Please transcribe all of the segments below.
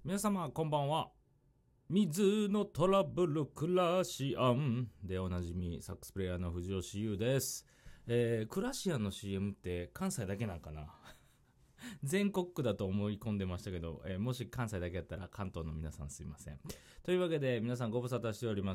皆様こんばんは。水のトラブルクラシアンでおなじみサックスプレイヤーの藤吉優です。クラシアンの CM って関西だけなんかな全国区だと思い込んでましたけど、もし関西だけやったら関東の皆さんすいません。というわけで皆さんご無沙汰しております。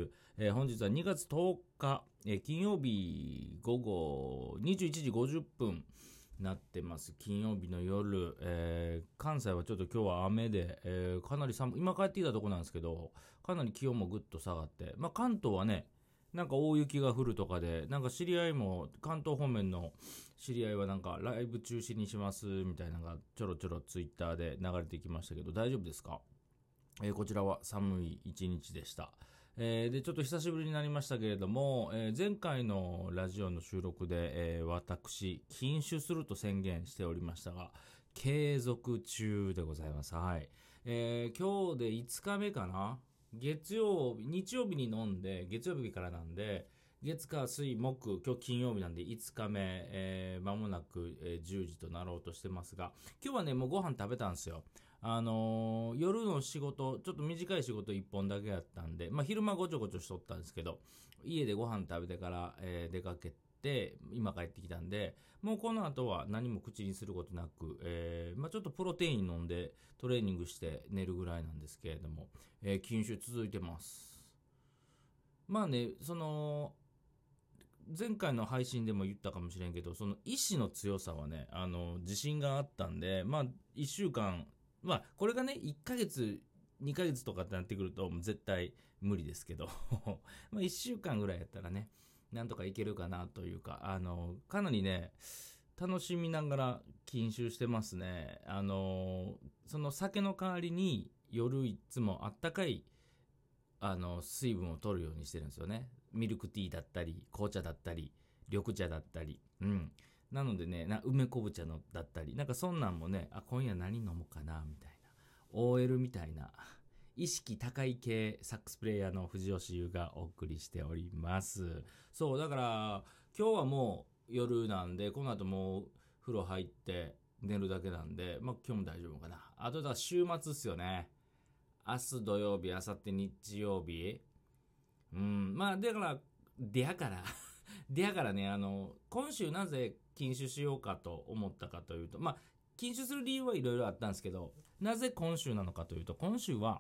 本日は2月10日、金曜日午後21時50分なってます。金曜日の夜、関西はちょっと今日は雨で、かなり寒い、今帰ってきたとこなんですけど、かなり気温もぐっと下がって、関東はね、なんか大雪が降るとかで、なんか知り合いも関東方面の知り合いはなんかライブ中止にしますみたいなのがちょろちょろツイッターで流れてきましたけど、大丈夫ですか？こちらは寒い一日でした。でちょっと久しぶりになりましたけれども、前回のラジオの収録で、私禁酒すると宣言しておりましたが継続中でございます。はい、今日で5日目かな。日曜日に飲んで、月曜日からなんで月火水木、今日金曜日なんで5日目、間もなく、10時となろうとしてますが、今日はねもうご飯食べたんですよ。夜の仕事ちょっと短い仕事1本だけやったんで、昼間ごちょごちょしとったんですけど、家でご飯食べてから、出かけて今帰ってきたんで、もうこの後は何も口にすることなく、ちょっとプロテイン飲んでトレーニングして寝るぐらいなんですけれども、禁酒続いてます。その前回の配信でも言ったかもしれんけど、その意志の強さはね、自信があったんで、1週間、これがね1ヶ月2ヶ月とかってなってくるともう絶対無理ですけど1週間ぐらいやったらねなんとかいけるかなというか、かなりね楽しみながら禁酒してますね。その酒の代わりに夜いつもあったかい水分を取るようにしてるんですよね。ミルクティーだったり紅茶だったり緑茶だったり、なのでね、梅昆布茶のだったり、なんかそんなんもね、今夜何飲もうかなみたいな OL みたいな意識高い系サックスプレイヤーの藤吉優がお送りしております。そうだから今日はもう夜なんで、この後もう風呂入って寝るだけなんで、今日も大丈夫かな。あとだ週末っすよね。明日土曜日、明後日日曜日、だから出やからね、今週なぜ禁酒しようかと思ったかというと、禁酒する理由はいろいろあったんですけど、なぜ今週なのかというと、今週は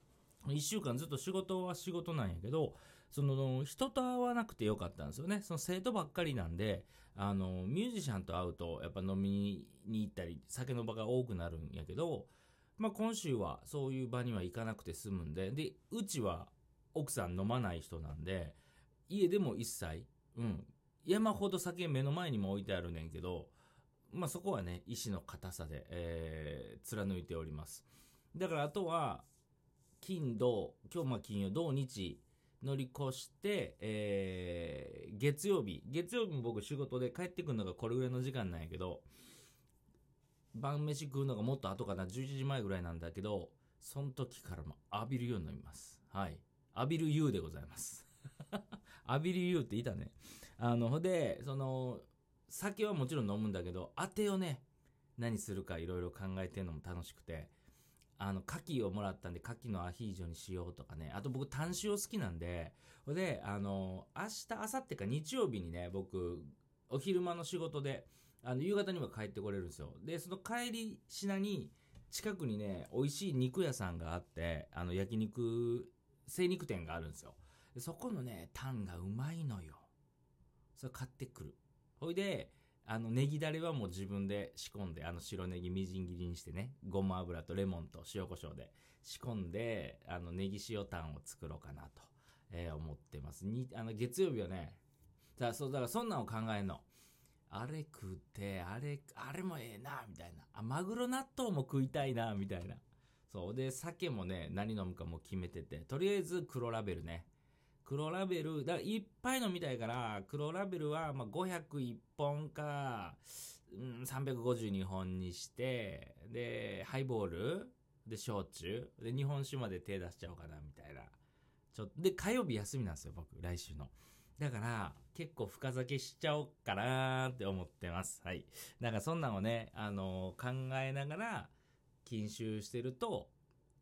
1週間ずっと仕事は仕事なんやけど、その人と会わなくてよかったんですよね。その生徒ばっかりなんで、ミュージシャンと会うとやっぱ飲みに行ったり酒の場が多くなるんやけど、今週はそういう場には行かなくて済むんで、うちは奥さん飲まない人なんで、家でも一切、山ほど酒目の前にも置いてあるねんけど、そこはね意志の固さで、貫いております。だからあとは金土、今日金曜土日乗り越して、月曜日も僕仕事で帰ってくるのがこれぐらいの時間なんやけど、晩飯食うのがもっと後かな、11時前ぐらいなんだけど、その時からも浴びるようになります。はい、浴びる湯でございます浴びる湯っていたね。ほでその酒はもちろん飲むんだけど、当てをね何するかいろいろ考えてるのも楽しくて、牡蠣をもらったんで牡蠣のアヒージョにしようとかね。あと僕タン塩好きなんで、ほで明日明後日か日曜日にね、僕お昼間の仕事で夕方には帰ってこれるんですよ。でその帰り品に近くにね美味しい肉屋さんがあって、焼肉精肉店があるんですよ。でそこのねタンがうまいのよ。それ買ってくる。ほいでネギだれはもう自分で仕込んで、白ネギみじん切りにしてね、ごま油とレモンと塩コショウで仕込んで、ネギ塩タンを作ろうかなと、思ってます。月曜日はね、だからそんなんを考えんの。あれ食ってあれもええなみたいな、マグロ納豆も食いたいなみたいな。そうで酒もね何飲むかも決めてて、とりあえず黒ラベルね。黒ラベルだからいっぱい飲みたいから、黒ラベルは501本か、352本にして、でハイボールで焼酎で日本酒まで手出しちゃおうかなみたいな。ちょっとで火曜日休みなんですよ僕、来週の。だから結構深酒しちゃおうかなって思ってます。はい。なんかそんなのをね、考えながら禁酒してると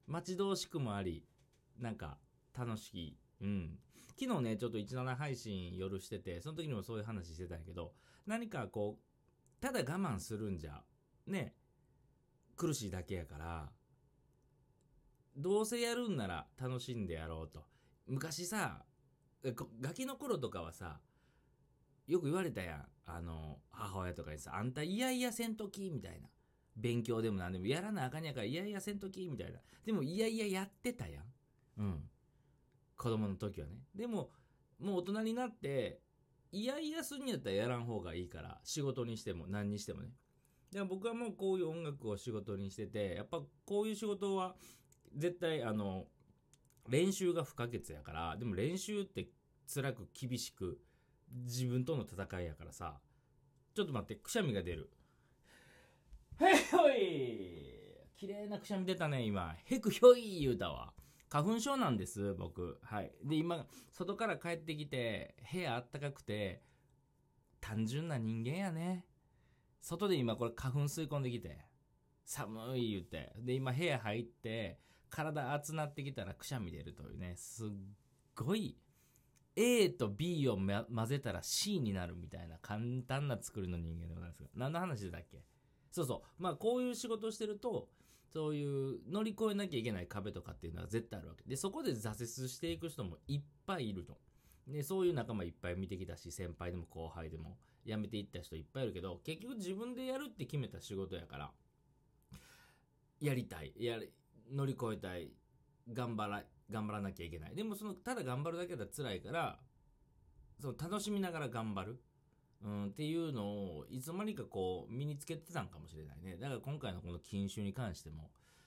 待ち遠しくもあり、なんか楽しい。昨日ね、ちょっと17配信夜してて、その時にもそういう話してたんやけど、何かこう、ただ我慢するんじゃ、ね、苦しいだけやから、どうせやるんなら楽しんでやろうと。昔さ、ガキの頃とかはさ、よく言われたやん。母親とかにさ、あんたいやいやせんときみたいな。勉強でもなんでもやらなあかんやからいやいやせんときみたいな。でもいやいややってたやん。子供の時はね。でも、もう大人になって、いやいやするんやったらやらん方がいいから、仕事にしても何にしてもね。でも僕はもうこういう音楽を仕事にしてて、やっぱこういう仕事は絶対練習が不可欠やから、でも練習って辛く厳しく自分との戦いやからさ、ちょっと待って、くしゃみが出る。はいほい、綺麗なくしゃみ出たね今。へくひょい言うたわ。花粉症なんです僕。はい。で今外から帰ってきて部屋あったかくて、単純な人間やね。外で今これ花粉吸い込んできて寒い言って、で今部屋入って体熱なってきたらくしゃみ出るというね、すっごい A と B を、混ぜたら C になるみたいな簡単な作りの人間でございますが、何の話だっけ。そうそう、まあこういう仕事をしてると、そういう乗り越えなきゃいけない壁とかっていうのは絶対あるわけで、そこで挫折していく人もいっぱいいると。でそういう仲間いっぱい見てきたし、先輩でも後輩でも辞めていった人いっぱいいるけど、結局自分でやるって決めた仕事やから、やりたい、乗り越えたい、頑張らなきゃいけない。でもただ頑張るだけだと辛いから、楽しみながら頑張る、っていうのをいつの間にかこう身につけてたんかもしれないね。だから今回のこの禁酒に関しても、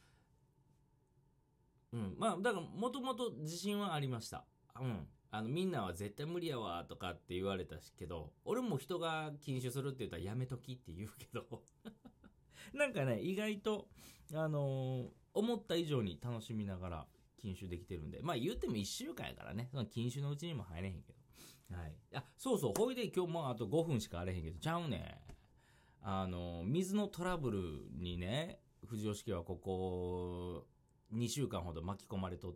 まあだからもともと自信はありました。みんなは絶対無理やわとかって言われたけど、俺も人が禁酒するって言ったらやめときって言うけどなんかね、意外と思った以上に楽しみながら禁酒できてるんで、まあ言っても1週間やからね、その禁酒のうちにも入れへんけど、はい。そうそう、ほいで今日もあと5分しかあれへんけど、ちゃうね。水のトラブルにね、藤吉家はここ2週間ほど巻き込まれとって、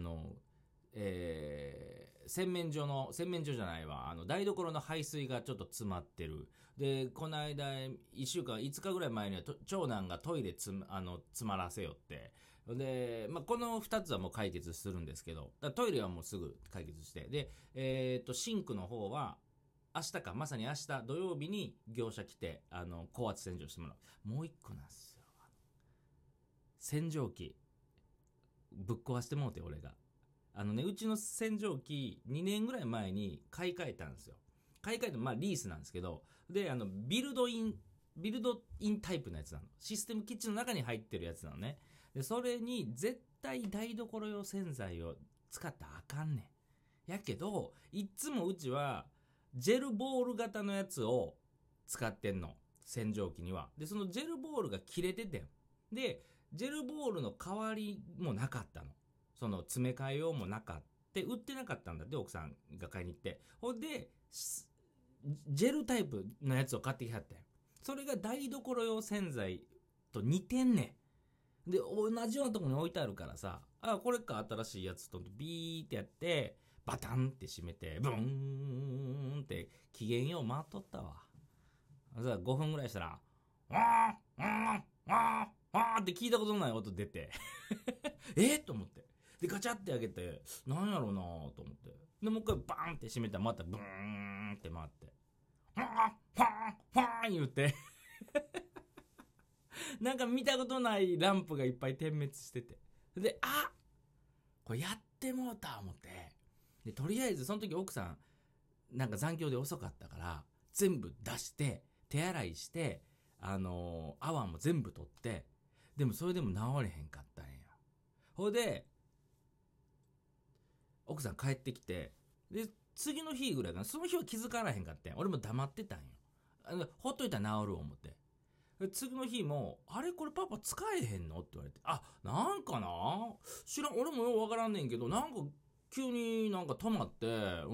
洗面所じゃないわ、台所の排水がちょっと詰まってる。でこの間1週間5日ぐらい前には長男がトイレ詰まらせよって、で、この2つはもう解決するんですけど、トイレはもうすぐ解決して、で、シンクの方は明日か、まさに明日土曜日に業者来て高圧洗浄してもらう。もう一個なんですよ、洗浄機ぶっ壊してもうて、俺がうちの洗浄機2年ぐらい前に買い替えたんですよ。買い替えてリースなんですけど、でビルドインタイプのやつなの。システムキッチンの中に入ってるやつなのね。でそれに絶対台所用洗剤を使ったらあかんねん。やけどいっつもうちはジェルボール型のやつを使ってんの、洗浄機には。でそのジェルボールが切れててんで、ジェルボールの代わりもなかったの。その詰め替え用もなかった、売ってなかったんだって、奥さんが買いに行って。ほんでジェルタイプのやつを買ってきはったよ。それが台所用洗剤と似てんねん。で同じようなとこに置いてあるからさ、これか新しいやつとビーってやってバタンって閉めてブーンって機嫌よう回っとったわ。5分ぐらいしたらあーって聞いたことない音出てと思って、でガチャって開けてなんやろうなと思って、でもう一回バーンって閉めたらまたブーンって回ってファーン言うてなんか見たことないランプがいっぱい点滅してて、でこれやってもうた思って、でとりあえずその時奥さんなんか残業で遅かったから全部出して手洗いして泡も全部取って、でもそれでも治れへんかったんや。ほいで奥さん帰ってきて、で次の日ぐらいかな、その日は気づかれへんかったんや。俺も黙ってたんよ。ほっといたら治る思って。次の日もあれこれパパ使えへんのって言われて、なんかな知らん、俺もようわからんねんけど、なんか急になんか止まって、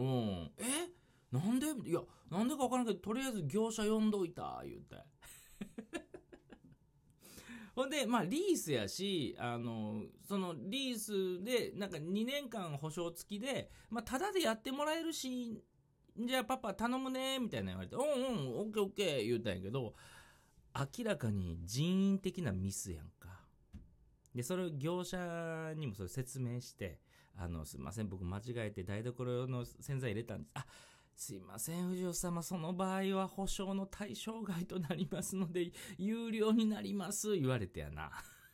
なんで、いやなんでかわからんけどとりあえず業者呼んどいた言うてほんで、まあ、リースやし、そのリースで、なんか2年間保証付きで、まあ、ただでやってもらえるし、じゃあパパ頼むね、みたいな言われて、オッケーオッケー言うたんやけど、明らかに人為的なミスやんか。で、それを業者にもそれ説明して、すいません、僕間違えて台所用の洗剤入れたんです。すいません、藤尾様、その場合は保証の対象外となりますので、有料になります、言われてやな。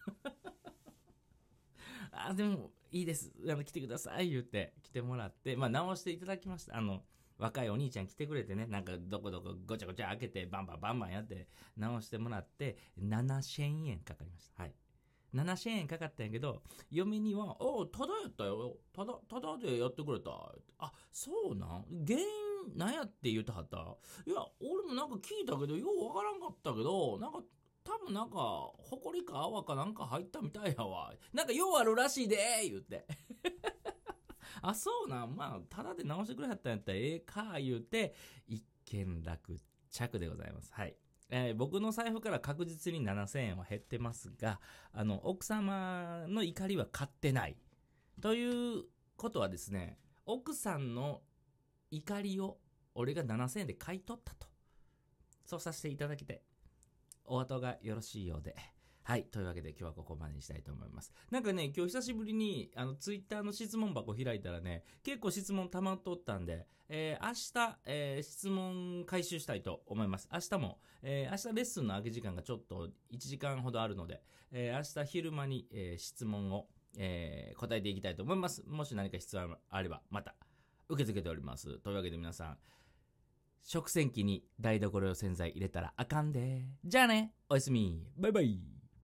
でも、いいです。来てください、言って、来てもらって、まあ、直していただきました。若いお兄ちゃん来てくれてね、なんかどこどこごちゃごちゃ開けて、バンバンバンバンやって、直してもらって、7000円かかりました。はい。7000円かかったんやけど、嫁には、ただやったよ。ただでやってくれた。そうなん、原因なんやって言ってはった。いや、俺もなんか聞いたけど、ようわからんかったけど、なんか、多分なんか、ほこりか泡かなんか入ったみたいやわ。なんか用あるらしいで言って。そうなん、まあ、ただで直してくれはったんやったらええか、言うて、一件落着でございます。はい。僕の財布から確実に7000円は減ってますが、奥様の怒りは買ってない。ということはですね、奥さんの怒りを俺が7000円で買い取ったと。そうさせていただきたい。お後がよろしいようで。はい。というわけで今日はここまでにしたいと思います。なんかね、今日久しぶりにツイッターの質問箱開いたらね、結構質問溜まっとったんで、明日、質問回収したいと思います。明日も、明日レッスンの空き時間がちょっと1時間ほどあるので、明日昼間に、質問を、答えていきたいと思います。もし何か質問あれば、また受け付けております。というわけで皆さん、食洗機に台所用洗剤入れたらあかんで。じゃあね、おやすみ。バイバイ。